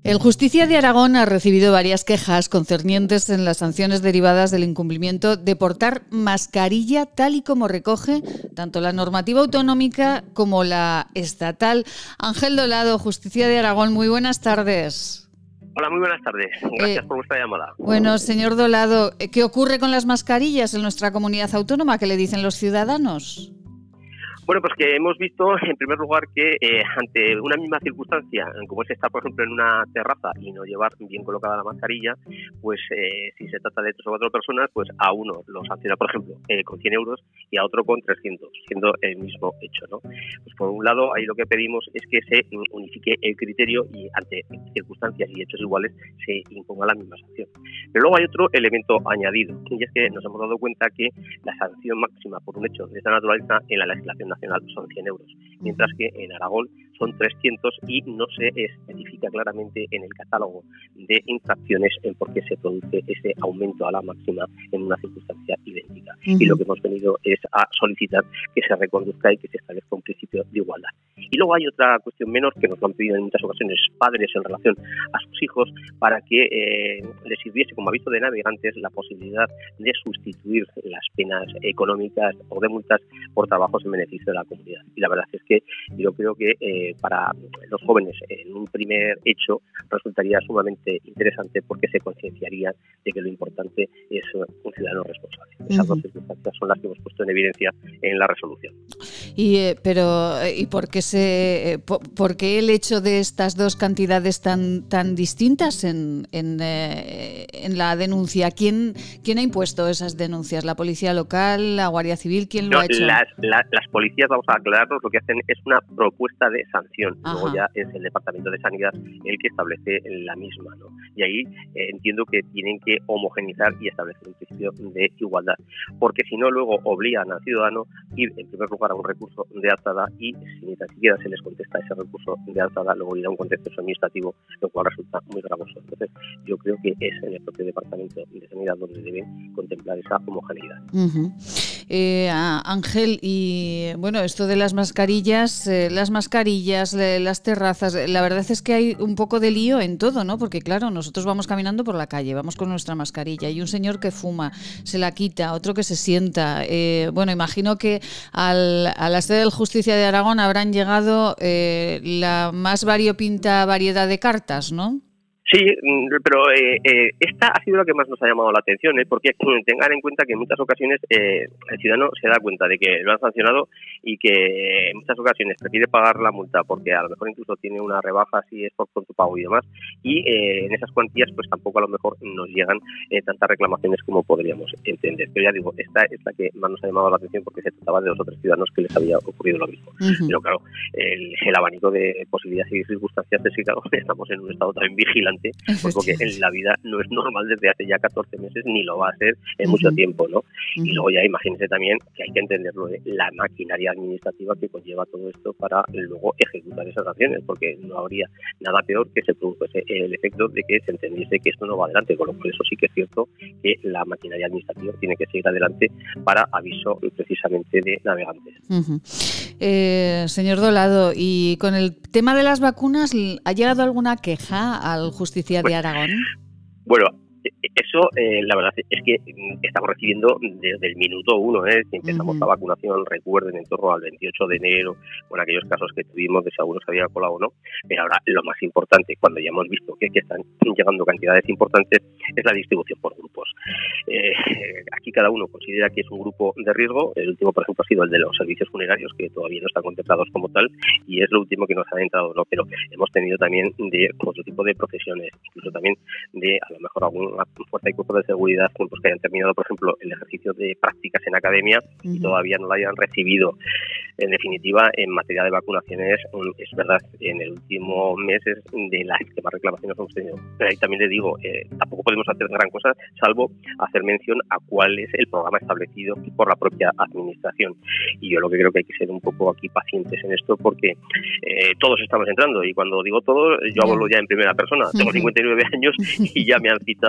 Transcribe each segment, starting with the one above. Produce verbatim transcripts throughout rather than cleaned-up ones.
El Justicia de Aragón ha recibido varias quejas concernientes en las sanciones derivadas del incumplimiento de portar mascarilla, tal y como recoge tanto la normativa autonómica como la estatal. Ángel Dolado, Justicia de Aragón, muy buenas tardes. Hola, muy buenas tardes. Gracias eh, por vuestra llamada. Bueno, señor Dolado, ¿qué ocurre con las mascarillas en nuestra comunidad autónoma? ¿Qué le dicen los ciudadanos? Bueno, pues que hemos visto, en primer lugar, que eh, ante una misma circunstancia, como es estar, por ejemplo, en una terraza y no llevar bien colocada la mascarilla, pues eh, si se trata de tres o cuatro personas, pues a uno lo sanciona, por ejemplo, eh, con cien euros y a otro con trescientos, siendo el mismo hecho, ¿no? Pues por un lado, ahí lo que pedimos es que se unifique el criterio y ante circunstancias y hechos iguales se imponga la misma sanción. Pero luego hay otro elemento añadido, y es que nos hemos dado cuenta que la sanción máxima por un hecho de esta naturaleza en la legislación nacional son cien euros, mientras que en Aragón son trescientos y no se especifica claramente en el catálogo de infracciones en por qué se produce ese aumento a la máxima en una circunstancia idéntica. Uh-huh. Y lo que hemos venido es a solicitar que se reconduzca y que se establezca un principio de igualdad. Y luego hay otra cuestión menor que nos lo han pedido en muchas ocasiones padres en relación a sus hijos para que eh, les sirviese como aviso de navegantes la posibilidad de sustituir las penas económicas o de multas por trabajos en beneficio de la comunidad. Y la verdad es que yo creo que eh, para los jóvenes en un primer hecho resultaría sumamente interesante porque se concienciarían de que lo importante es un ciudadano responsable. Esas uh-huh. dos circunstancias son las que hemos puesto en evidencia en la resolución. Y eh, pero ¿y por qué se por, por qué el hecho de estas dos cantidades tan tan distintas en en, eh, en la denuncia? ¿Quién quién ha impuesto esas denuncias? ¿La policía local, la Guardia Civil? ¿Quién lo no, ha hecho? Las, la, las policías, vamos a aclararnos, lo que hacen es una propuesta de sanción. Ajá. Luego ya es el Departamento de Sanidad el que establece la misma, ¿no? Y ahí eh, entiendo que tienen que homogeneizar y establecer un principio de igualdad, porque si no luego obligan al ciudadano a ir en primer lugar a un recurso de alzada y si ni tan siquiera se les contesta ese recurso de alzada, luego ir a un contencioso administrativo, lo cual resulta muy gravoso. Entonces yo creo que es en el propio Departamento de Sanidad donde deben contemplar esa homogeneidad. Uh-huh. Eh, Ángel, y bueno, esto de las mascarillas, eh, las mascarillas, eh, las terrazas, la verdad es que hay un poco de lío en todo, ¿no? Porque claro, nosotros vamos caminando por la calle, vamos con nuestra mascarilla y un señor que fuma, se la quita, otro que se sienta. Eh, bueno, imagino que al, a la sede del Justicia de Aragón habrán llegado eh, la más variopinta variedad de cartas, ¿no? Sí, pero eh, eh, esta ha sido la que más nos ha llamado la atención, ¿eh? Porque tengan en cuenta que en muchas ocasiones eh, el ciudadano se da cuenta de que lo han sancionado y que en muchas ocasiones prefiere pagar la multa porque a lo mejor incluso tiene una rebaja si es por pronto pago y demás, y eh, en esas cuantías pues tampoco a lo mejor nos llegan eh, tantas reclamaciones como podríamos entender. Pero ya digo, esta es la que más nos ha llamado la atención porque se trataba de los otros ciudadanos que les había ocurrido lo mismo. Uh-huh. Pero claro, el, el abanico de posibilidades y circunstancias es que claro, estamos en un estado también vigilante, porque en la vida no es normal desde hace ya catorce meses ni lo va a ser en uh-huh. mucho tiempo, ¿no? Uh-huh. Y luego ya imagínense también que hay que entenderlo de la maquinaria administrativa que conlleva todo esto para luego ejecutar esas acciones, porque no habría nada peor que se produjese el efecto de que se entendiese que esto no va adelante, con lo cual eso sí que es cierto que la maquinaria administrativa tiene que seguir adelante para aviso precisamente de navegantes. Uh-huh. Eh, señor Dolado, y con el tema de las vacunas, ¿ha llegado alguna queja al Justicia de Aragón? Bueno, eso eh, la verdad es que estamos recibiendo desde el minuto uno, ¿eh? Si empezamos uh-huh. la vacunación, recuerden, en torno al veintiocho de enero, con aquellos casos que tuvimos de si alguno se había colado o no. Pero ahora lo más importante, cuando ya hemos visto que, que están llegando cantidades importantes, es la distribución por grupos. Eh, aquí cada uno considera que es un grupo de riesgo. El último, por ejemplo, ha sido el de los servicios funerarios, que todavía no están contemplados como tal, y es lo último que nos ha entrado, ¿no? Pero hemos tenido también de otro tipo de profesiones, incluso también de a lo mejor alguna fuerza y cuerpo de seguridad pues, que hayan terminado, por ejemplo, el ejercicio de prácticas en academia uh-huh. y todavía no la hayan recibido. En definitiva, en materia de vacunaciones, es verdad, en el último mes es de las que más reclamaciones hemos tenido. Pero ahí también le digo, eh, tampoco podemos hacer gran cosa, salvo hacer mención a cuál es el programa establecido por la propia administración. Y yo lo que creo que hay que ser un poco aquí pacientes en esto, porque eh, todos estamos entrando, y cuando digo todos, yo hablo ya en primera persona. Tengo cincuenta y nueve años y ya me han citado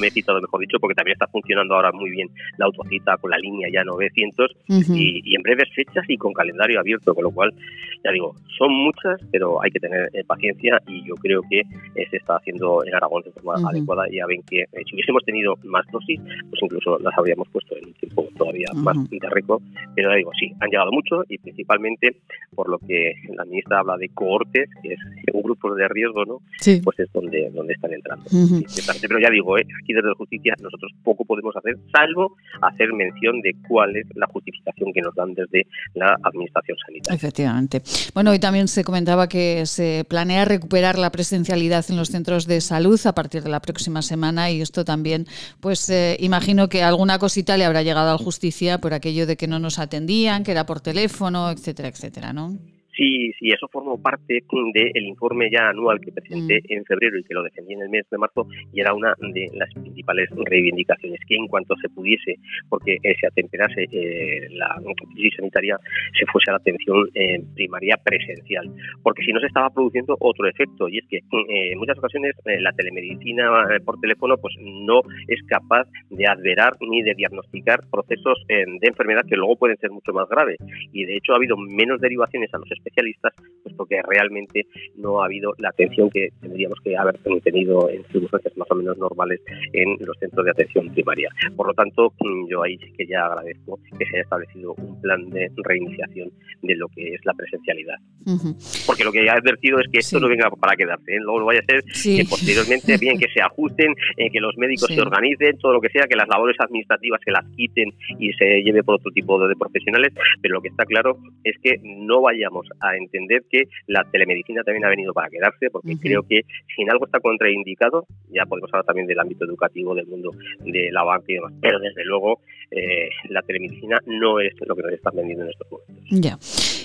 me he citado, mejor dicho, porque también está funcionando ahora muy bien la autocita con la línea ya novecientos uh-huh. y, y en breves fechas y con calendario abierto, con lo cual, ya digo, son muchas, pero hay que tener eh, paciencia y yo creo que eh, se está haciendo en Aragón de forma uh-huh. adecuada. Ya ven que eh, si hubiésemos tenido más dosis, pues incluso las habríamos puesto en un tiempo todavía uh-huh. más de récord, pero ya digo, sí, han llegado mucho y principalmente por lo que la ministra habla de cohortes, que es un grupo de riesgo, ¿no? Sí. Pues es donde, donde están entrando. Uh-huh. Sí, pero ya digo, eh, aquí desde la justicia nosotros poco podemos hacer, salvo hacer mención de cuál es la justificación que nos dan desde la administración sanitaria. Efectivamente. Bueno, y también se comentaba que se planea recuperar la presencialidad en los centros de salud a partir de la próxima semana y esto también, pues eh, imagino que alguna cosita le habrá llegado a la justicia por aquello de que no nos atendían, que era por teléfono, etcétera, etcétera, ¿no? Sí, sí, eso formó parte del informe ya anual que presenté mm. en febrero y que lo defendí en el mes de marzo y era una de las principales reivindicaciones, que en cuanto se pudiese, porque eh, se atemperase eh, la crisis sanitaria, se fuese a la atención eh, primaria presencial, porque si no se estaba produciendo otro efecto y es que eh, en muchas ocasiones eh, la telemedicina eh, por teléfono pues no es capaz de adverar ni de diagnosticar procesos eh, de enfermedad que luego pueden ser mucho más graves y de hecho ha habido menos derivaciones a los especialistas, pues porque realmente no ha habido la atención que tendríamos que haber tenido en circunstancias más o menos normales en los centros de atención primaria. Por lo tanto, yo ahí sí que ya agradezco que se haya establecido un plan de reiniciación de lo que es la presencialidad. Uh-huh. Porque lo que he advertido es que esto sí. no venga para quedarse, ¿eh? Luego no vaya a ser sí. que posteriormente, bien que se ajusten, eh, que los médicos sí. se organicen, todo lo que sea, que las labores administrativas se las quiten y se lleve por otro tipo de, de profesionales, pero lo que está claro es que no vayamos a entender que la telemedicina también ha venido para quedarse, porque uh-huh. creo que si en algo está contraindicado, ya podemos hablar también del ámbito educativo, del mundo de la banca y demás, pero desde luego eh, la telemedicina no es lo que nos están vendiendo en estos momentos. Ya.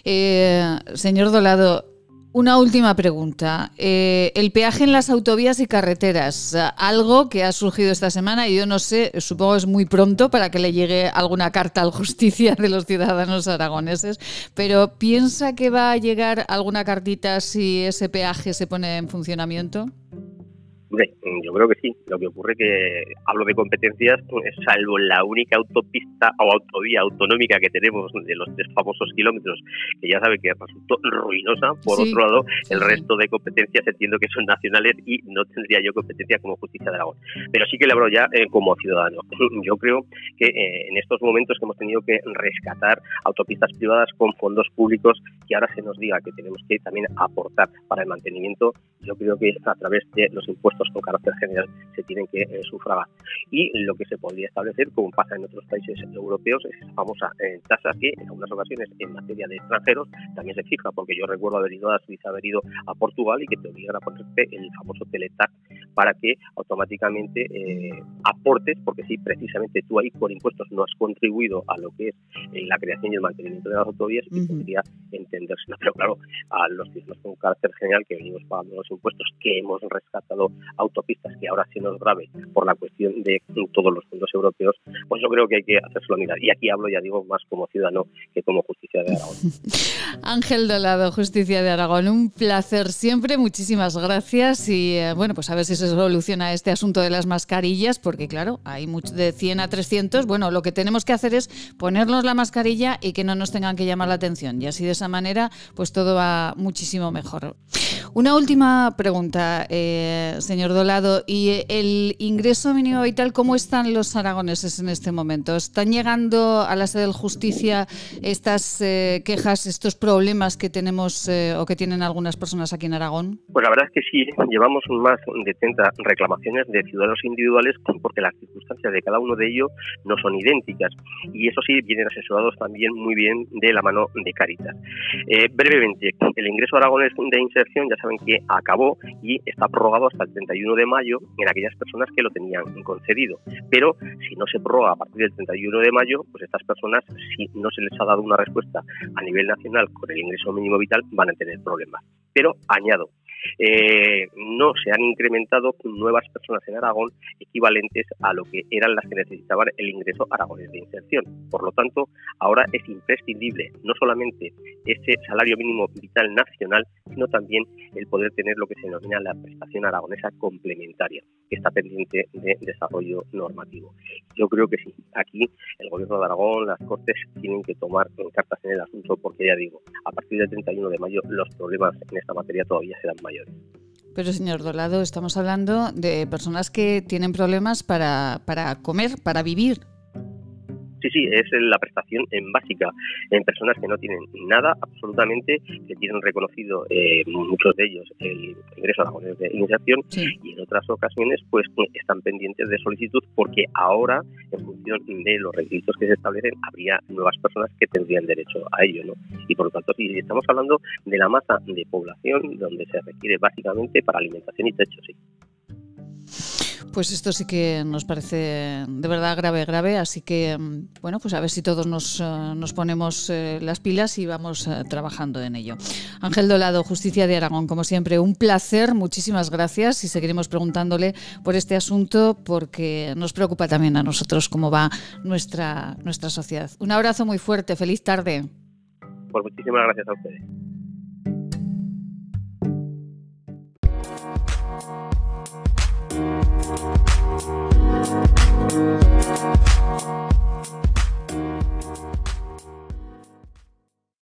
Eh, señor Dolado, una última pregunta. Eh, el peaje en las autovías y carreteras, algo que ha surgido esta semana y yo no sé, supongo es muy pronto para que le llegue alguna carta a la justicia de los ciudadanos aragoneses, pero ¿piensa que va a llegar alguna cartita si ese peaje se pone en funcionamiento? Hombre, yo creo que sí. Lo que ocurre que hablo de competencias, pues, salvo la única autopista o autovía autonómica que tenemos de los tres famosos kilómetros, que ya sabe que resultó ruinosa. Por sí, otro lado, sí, el resto de competencias entiendo que son nacionales y no tendría yo competencia como justicia de Aragón. Pero sí que le hablo ya eh, como ciudadano. Yo creo que eh, en estos momentos que hemos tenido que rescatar autopistas privadas con fondos públicos, que ahora se nos diga que tenemos que también aportar para el mantenimiento, yo creo que a través de los impuestos con carácter general se tienen que eh, sufragar. Y lo que se podría establecer, como pasa en otros países europeos, es esa famosa eh, tasa que en algunas ocasiones en materia de extranjeros también se fija, porque yo recuerdo haber ido a Suiza, haber ido a Portugal y que te obligan a ponerte el famoso teletax para que automáticamente eh, aportes, porque sí, precisamente tú ahí por impuestos no has contribuido a lo que es eh, la creación y el mantenimiento de las autovías y uh-huh. podría entenderse. Pero claro, a los ciudadanos con carácter general que venimos pagando los impuestos, que hemos rescatado autopistas, que ahora se nos grave por la cuestión de todos los fondos europeos, pues yo creo que hay que hacérselo mirar. Y aquí hablo, ya digo, más como ciudadano que como Justicia de Aragón. Ángel Dolado, Justicia de Aragón, un placer siempre, muchísimas gracias y eh, bueno, pues a ver si se soluciona este asunto de las mascarillas, porque claro, hay mucho de cien a trescientos, bueno, lo que tenemos que hacer es ponernos la mascarilla y que no nos tengan que llamar la atención y así de esa manera pues todo va muchísimo mejor. Una última pregunta, eh, señor Dolado, ¿y el ingreso mínimo vital cómo están los aragoneses en este momento? ¿Están llegando a la sede de justicia estas eh, quejas, estos problemas que tenemos eh, o que tienen algunas personas aquí en Aragón? Pues la verdad es que sí, llevamos más de treinta reclamaciones de ciudadanos individuales porque las circunstancias de cada uno de ellos no son idénticas y eso sí, vienen asesorados también muy bien de la mano de Cáritas. Eh, brevemente, el ingreso aragonés de inserción ya saben que acabó y está prorrogado hasta el treinta y uno de mayo en aquellas personas que lo tenían concedido. Pero si no se prorroga a partir del treinta y uno de mayo, pues estas personas, si no se les ha dado una respuesta a nivel nacional con el ingreso mínimo vital, van a tener problemas. Pero añado eh, no se han incrementado nuevas personas en Aragón equivalentes a lo que eran las que necesitaban el ingreso aragonés de inserción. Por lo tanto, ahora es imprescindible no solamente ese salario mínimo vital nacional, sino también el poder tener lo que se denomina la prestación aragonesa complementaria, que está pendiente de desarrollo normativo. Yo creo que sí, aquí el Gobierno de Aragón, las Cortes, tienen que tomar cartas en el asunto, porque ya digo, a partir del treinta y uno de mayo los problemas en esta materia todavía serán mayores. Pero, señor Dolado, estamos hablando de personas que tienen problemas para, para comer, para vivir. Sí, sí, es la prestación en básica en personas que no tienen nada absolutamente, que tienen reconocido eh, muchos de ellos el ingreso aragonés de inserción, sí. Y en otras ocasiones pues están pendientes de solicitud, porque ahora, en función de los requisitos que se establecen, habría nuevas personas que tendrían derecho a ello, ¿no? Y por lo tanto, sí, estamos hablando de la masa de población donde se requiere básicamente para alimentación y techo, sí. Pues esto sí que nos parece de verdad grave, grave, así que, bueno, pues a ver si todos nos, nos ponemos eh, las pilas y vamos eh, trabajando en ello. Ángel Dolado, Justicia de Aragón, como siempre, un placer, muchísimas gracias, y seguiremos preguntándole por este asunto porque nos preocupa también a nosotros cómo va nuestra, nuestra sociedad. Un abrazo muy fuerte, feliz tarde. Pues muchísimas gracias a ustedes.